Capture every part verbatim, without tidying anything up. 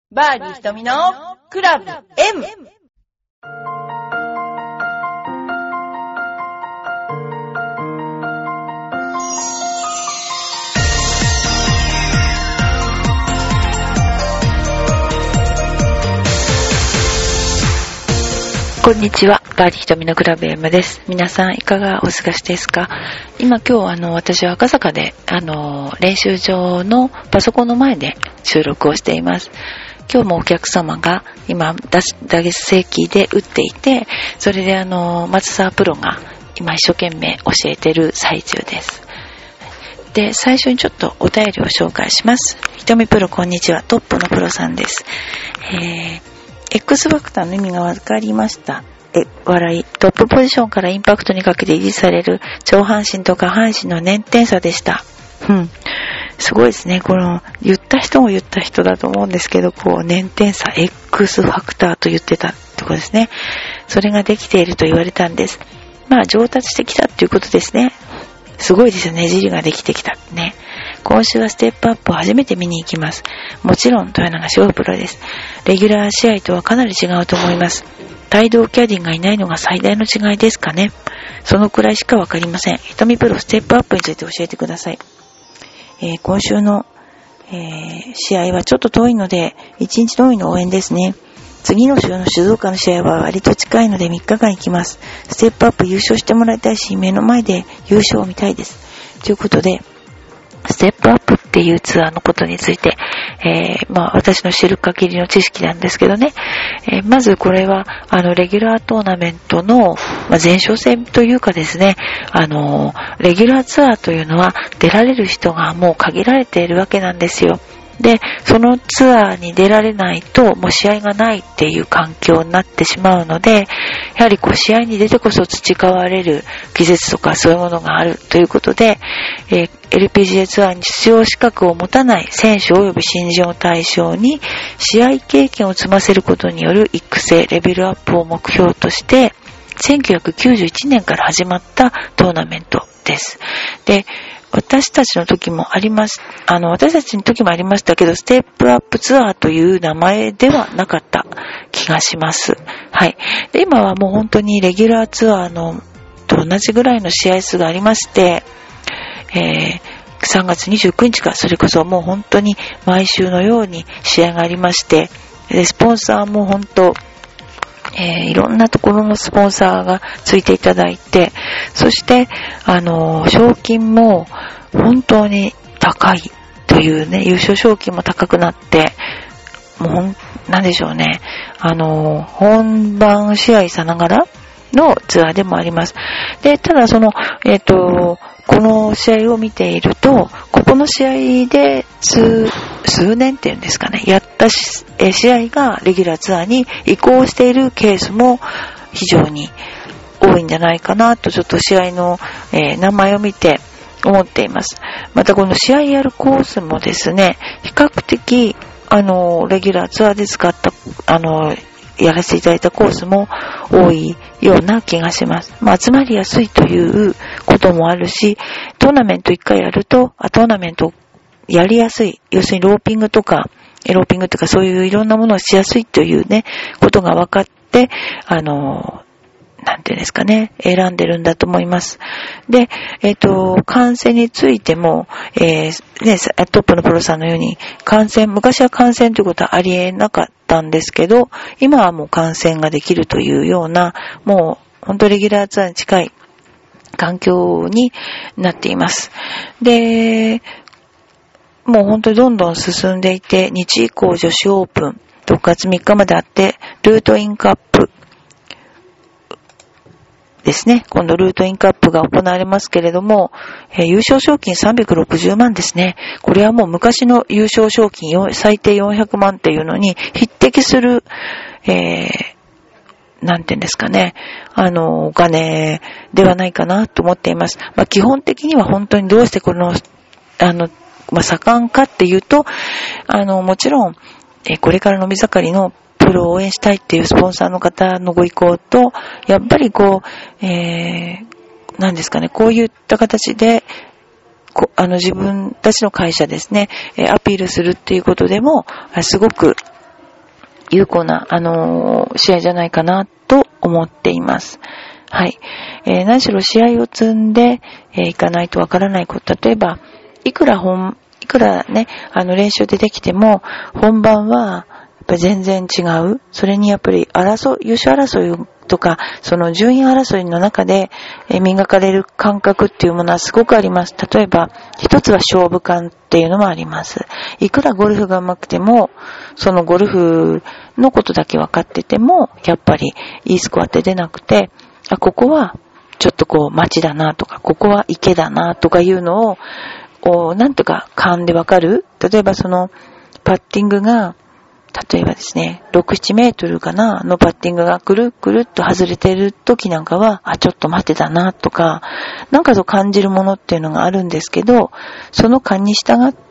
バーディー瞳のクラブ M。 こんにちは、バーディー瞳のクラブ M です。皆さんいかがお過ごしですか？今今日あの私は赤坂であの練習場のパソコンの前で収録をしています。今日もお客様が今打撃席で打っていて、それであの松沢プロが今一生懸命教えている最中です。で、最初にちょっとお便りを紹介します。ひとみプロこんにちは、トップのプロさんです。えー X ファクターの意味が分かりました。え、笑い。トップポジションからインパクトにかけて維持される上半身と下半身の粘点差でした。うん。すごいですね。この、言った人も言った人だと思うんですけど、こう、粘点差、X ファクターと言ってたってことですね。それができていると言われたんです。まあ、上達してきたっていうことですね。すごいですよね。じりができてきたね。今週はステップアップを初めて見に行きます。もちろん豊永翔プロです。レギュラー試合とはかなり違うと思います。帯同キャディがいないのが最大の違いですかね。そのくらいしかわかりません。ひとみプロステップアップについて教えてください。えー、今週の、えー、試合はちょっと遠いのでいちにちのみの応援ですね。次の週の静岡の試合は割と近いのでみっかかん行きます。ステップアップ優勝してもらいたいし、目の前で優勝を見たいです。ということで、ステップアップっていうツアーのことについて、えー、まあ私の知る限りの知識なんですけどね、えー、まずこれはあのレギュラートーナメントの、まあ、前哨戦というかですね、あのレギュラーツアーというのは出られる人がもう限られているわけなんですよ。で、そのツアーに出られないともう試合がないっていう環境になってしまうので、やはりこう試合に出てこそ培われる技術とかそういうものがあるということで、えー、エルピージーエー ツアーに出場資格を持たない選手及び新人を対象に試合経験を積ませることによる育成、レベルアップを目標としてせんきゅうひゃくきゅうじゅういちねんから始まったトーナメントです。で、私たちの時もあります。あの、私たちの時もありましたけど、ステップアップツアーという名前ではなかった気がします。はい。で、今はもう本当にレギュラーツアーのと同じぐらいの試合数がありまして、えー、さんがつにじゅうくにちからそれこそもう本当に毎週のように試合がありまして、でスポンサーも本当、えー、いろんなところのスポンサーがついていただいて、そしてあのー、賞金も本当に高いというね、優勝賞金も高くなって、もうほんなんでしょうね、あのー、本番試合さながらのツアーでもあります。で、ただそのえっとこの試合を見ていると、ここの試合で数、数年っていうんですかね、やったし試合がレギュラーツアーに移行しているケースも非常に多いんじゃないかなと、ちょっと試合の、えー、名前を見て思っています。またこの試合やるコースもですね、比較的あのレギュラーツアーで使ったあのやらせていただいたコースも多いような気がします。まあ、集まりやすいということもあるし、トーナメントいっかいやると、あトーナメントやりやすい、要するにローピングとか、ローピングとかそういういろんなものをしやすいというね、ことが分かって、あの、なんていうんですかね、選んでるんだと思います。で、えっと、観戦についても、えー、ね、トップのプロさんのように、観戦、昔は観戦ということはありえなかったんですけど、今はもう観戦ができるというような、もう、本当レギュラーツアーに近い環境になっています。で、もう本当にどんどん進んでいて、日以降女子オープン、ろくがつみっかまであって、ルートインカップ、ですね。今度ルートインカップが行われますけれども、えー、優勝賞金さんびゃくろくじゅうまんですね。これはもう昔の優勝賞金最低よんひゃくまんっていうのに匹敵する、えー、なんていうんですかね、あのお金ではないかなと思っています。まあ、基本的には本当にどうしてこのあの、まあ、盛んかっていうと、あのもちろん、えー、これからのび盛りのプロを応援したいっていうスポンサーの方のご意向と、やっぱりこう、えー、なんですかね、こういった形で、こあの自分たちの会社ですね、アピールするっていうことでも、すごく有効な、あのー、試合じゃないかなと思っています。はい。えー、何しろ試合を積んで、えー、いかないとわからないこと。例えば、いくら本、いくらね、あの練習でできても、本番は、やっぱ全然違う。それにやっぱり争い、優勝争いとか、その順位争いの中で、えー、磨かれる感覚っていうものはすごくあります。例えば、一つは勝負感っていうのもあります。いくらゴルフが上手くても、そのゴルフのことだけ分かってても、やっぱりいいスコアって出なくて、あ、ここはちょっとこう街だなとか、ここは池だなとかいうのを、をなんとか勘でわかる。例えばそのパッティングが、例えばですね、ろく、ななメートルかなのパッティングがくるくるっと外れてる時なんかは、あ、ちょっと待ってだなとか、なんかと感じるものっていうのがあるんですけど、その勘に従って、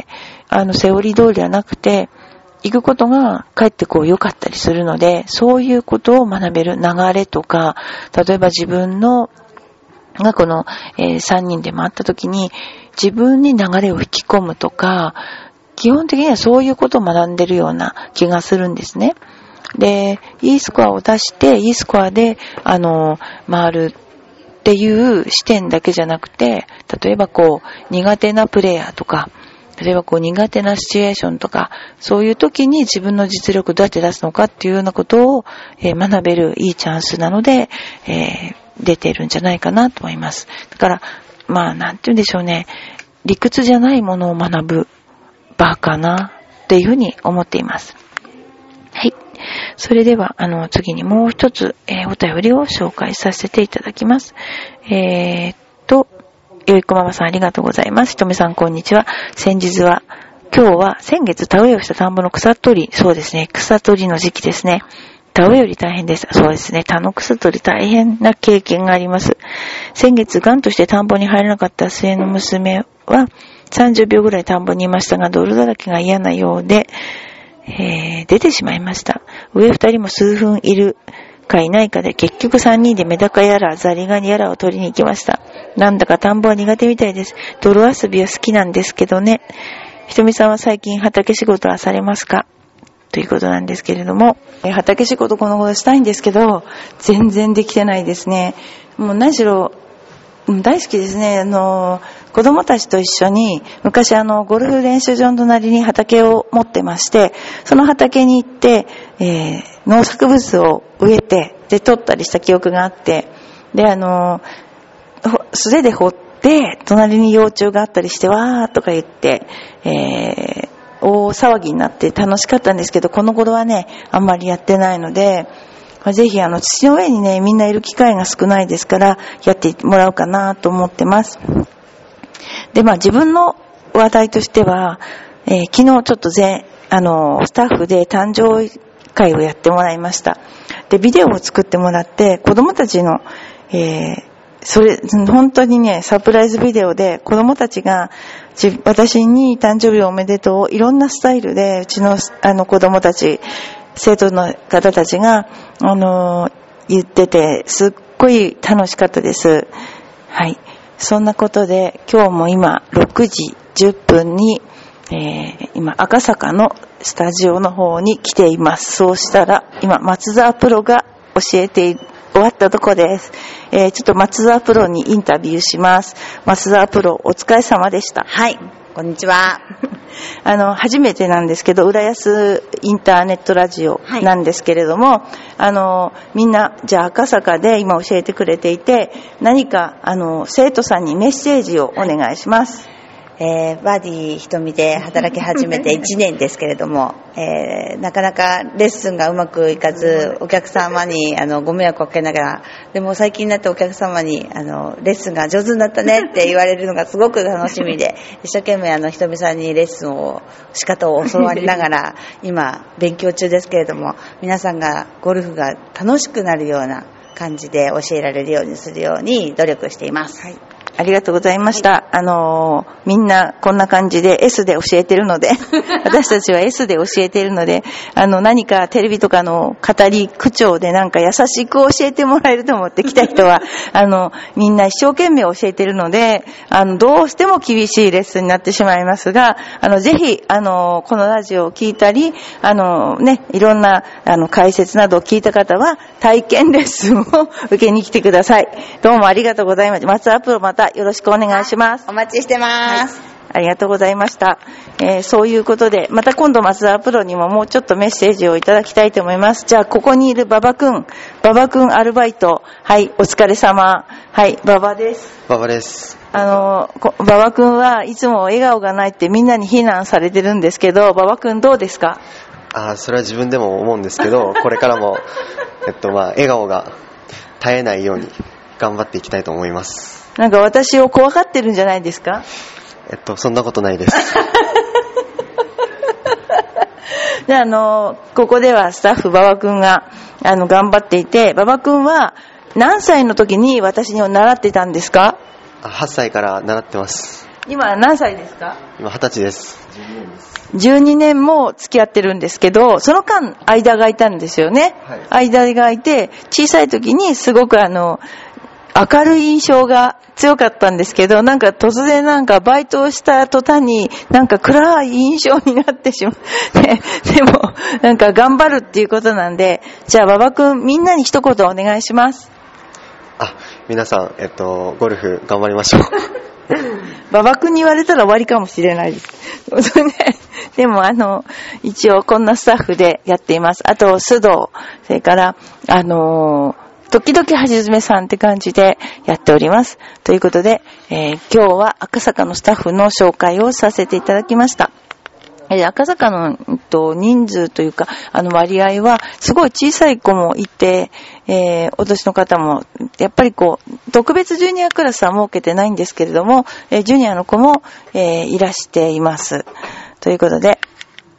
あのセオリー通りはなくて、行くことがかえってこう良かったりするので、そういうことを学べる流れとか、例えば自分のがこの、えー、さんにんで回った時に自分に流れを引き込むとか、基本的にはそういうことを学んでるような気がするんですね。で、いいスコアを出して、いいスコアで、あの、回るっていう視点だけじゃなくて、例えばこう、苦手なプレイヤーとか、例えばこう苦手なシチュエーションとか、そういう時に自分の実力をどうやって出すのかっていうようなことを、えー、学べるいいチャンスなので、えー、出てるんじゃないかなと思います。だから、まあなんて言うんでしょうね。理屈じゃないものを学ぶ場かなっていうふうに思っています。はい。それでは、あの、次にもう一つ、えー、お便りを紹介させていただきます。えー、っと、よいこママさんありがとうございます。ひとみさんこんにちは。先日は、今日は先月田植えをした田んぼの草取り、そうですね、草取りの時期ですね。田植えより大変です。そうですね、田の草取り大変な経験があります。先月、ガンとして田んぼに入れなかった末の娘は、さんじゅうびょうぐらい田んぼにいましたが、泥だらけが嫌なようで、えー、出てしまいました。上二人も数分いるかいないかで、結局三人でメダカやらザリガニやらを取りに行きました。なんだか田んぼは苦手みたいです。泥遊びは好きなんですけどね。ひとみさんは最近畑仕事はされますか？ということなんですけれども、え畑仕事この頃したいんですけど、全然できてないですね。もう何しろ大好きですね。あの子供たちと一緒に昔あのゴルフ練習場の隣に畑を持ってまして、その畑に行って、えー、農作物を植えてで取ったりした記憶があって、であの素手で掘って隣に幼虫があったりしてわーとか言って、えー、大騒ぎになって楽しかったんですけど、この頃はねあんまりやってないので、ぜひあの土の上にねみんないる機会が少ないですからやってもらおうかなと思ってます。でまあ自分の話題としては、えー、昨日ちょっと全あのスタッフで誕生会をやってもらいました。でビデオを作ってもらって子供たちの、えー、それ本当にねサプライズビデオで子供たちが私に誕生日おめでとういろんなスタイルでうちのあの子供たち生徒の方たちが、あのー、言ってて、すっごい楽しかったです。はい。そんなことで、今日も今、ろくじじゅっぷんに、えー、今、赤坂のスタジオの方に来ています。そうしたら、今、松沢プロが教えて終わったとこです。えー、ちょっと松沢プロにインタビューします。松沢プロ、お疲れ様でした。 はい。こんにちは。 あの初めてなんですけど、浦安インターネットラジオなんですけれども、はい、あのみんなじゃあ赤坂で今教えてくれていて、何かあの生徒さんにメッセージをお願いします。 えー、バーディーひとみで働き始めていちねんですけれども、えー、なかなかレッスンがうまくいかず、お客様にあのご迷惑をかけながら、でも最近になってお客様にあのレッスンが上手になったねって言われるのがすごく楽しみで、一生懸命あのひとみさんにレッスンを仕方を教わりながら今勉強中ですけれども、皆さんがゴルフが楽しくなるような感じで教えられるようにするように努力しています。 はい、 ありがとうございました。あのー、みんなこんな感じで S で教えてるので、私たちは S で教えてるので、あの、何かテレビとかの語り口調でなんか優しく教えてもらえると思って来た人は、あの、みんな一生懸命教えてるので、あの、どうしても厳しいレッスンになってしまいますが、あの、ぜひ、あの、このラジオを聞いたり、あの、ね、いろんな、あの、解説などを聞いた方は、体験レッスンを受けに来てください。どうもありがとうございます。松田プロまたよろしくお願いします。 お待ちしてます。 はい、ありがとうございました。えー、そういうことで、また今度松田プロにももうちょっとメッセージをいただきたいと思います。じゃあ、ここにいる馬場くん、馬場くんアルバイト、はい、お疲れ様。はい、馬場です。 馬場です。 あの、馬場くんはいつも笑顔がないってみんなに非難されてるんですけど、馬場くんどうですか？ ああ、それは自分でも思うんですけど、これからも、えっと、まあ、笑顔が絶えないように頑張っていきたいと思います。 なんか私を怖がってるんじゃないですか？ えっと、そんなことないです。 で、あの、ここではスタッフ馬場くんが、あの、頑張っていて、馬場くんは何歳の時に私に習ってたんですか？ はっさいから習ってます。 今何歳ですか？ 今はたちです。 じゅうにねんも付き合ってるんですけど、その間、間がいたんですよね。はい、間がいて、小さい時にすごくあの、明るい印象が強かったんですけど、なんか突然なんかバイトをした途端になんか暗い印象になってしまう。ね、でも、なんか頑張るっていうことなんで、じゃあ馬場くんみんなに一言お願いします。 あ、皆さん、えっと、ゴルフ頑張りましょう。 馬場くんに言われたら終わりかもしれないです。でもあの、一応こんなスタッフでやっています。あと、須藤、それから、あのー、時々はじめさんって感じでやっております。ということで、えー、今日は赤坂のスタッフの紹介をさせていただきました。えー、赤坂の、えっと、人数というか、あの割合は、すごい小さい子もいて、えー、お年の方も、やっぱりこう、特別ジュニアクラスは設けてないんですけれども、えー、ジュニアの子も、えー、いらしています。ということで、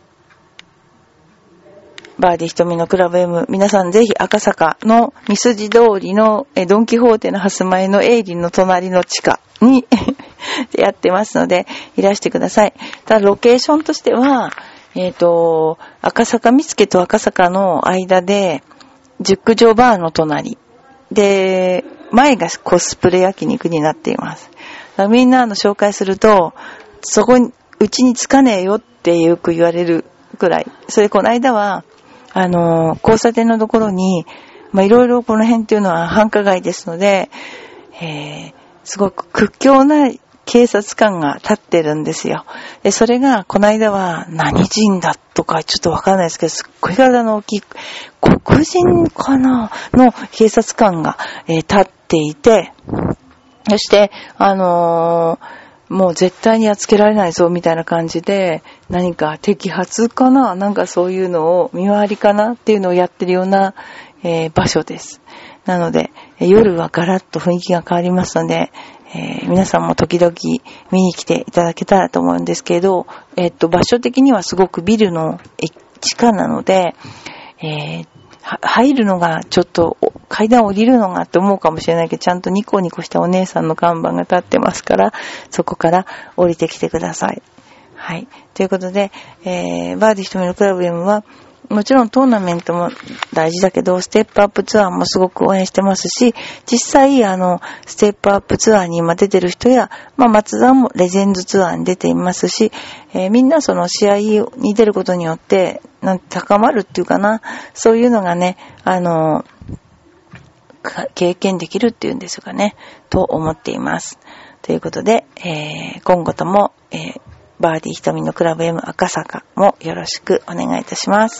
バーディー瞳のクラブ M、皆さんぜひ赤坂の三筋通りのえドンキホーテの蓮前のエイリンの隣の地下にやってますので、いらしてください。ただロケーションとしては、えっと、赤坂見附と赤坂の間で、熟女バーの隣で、前がコスプレ焼肉になっています。みんなの紹介すると、そこに、うちに着かねえよってよく言われるくらい。それこの間は、あの、交差点のところに、まあ、いろいろこの辺っていうのは繁華街ですので、えー、すごく屈強な警察官が立ってるんですよ。で、それが、この間は何人だとかちょっとわからないですけど、すっごい体の大きい、黒人かなの警察官が、えー、立っていて、そして、あのー、もう絶対にやっつけられないぞみたいな感じで、何か摘発かななんかそういうのを見回りかなっていうのをやってるような、えー、場所です。なので、夜はガラッと雰囲気が変わりますので、えー、皆さんも時々見に来ていただけたらと思うんですけど、えー、っと、場所的にはすごくビルの地下なので、えー入るのがちょっと階段降りるのがって思うかもしれないけど、ちゃんとニコニコしたお姉さんの看板が立ってますから、そこから降りてきてください。はい。ということで、えー、バーディー瞳のクラブ M はもちろんトーナメントも大事だけど、ステップアップツアーもすごく応援してますし、実際あのステップアップツアーに今出てる人や、まあ松田もレジェンズツアーに出ていますし、えー、みんなその試合に出ることによってなん高まるっていうかな、そういうのがね、あの経験できるっていうんですかね、と思っています。ということで、えー、今後とも、えー、バーディー瞳のクラブ M 赤坂もよろしくお願いいたします。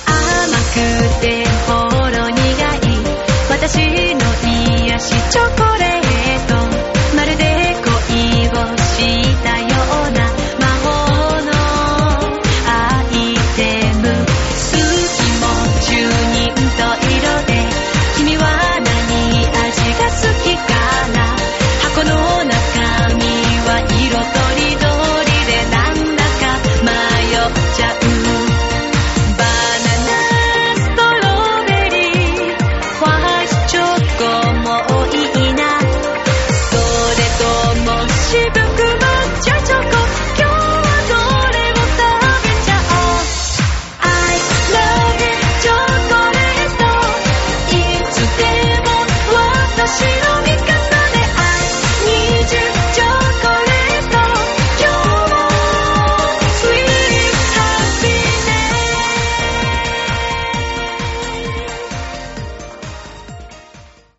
甘くてほろ苦い私の癒しチョコ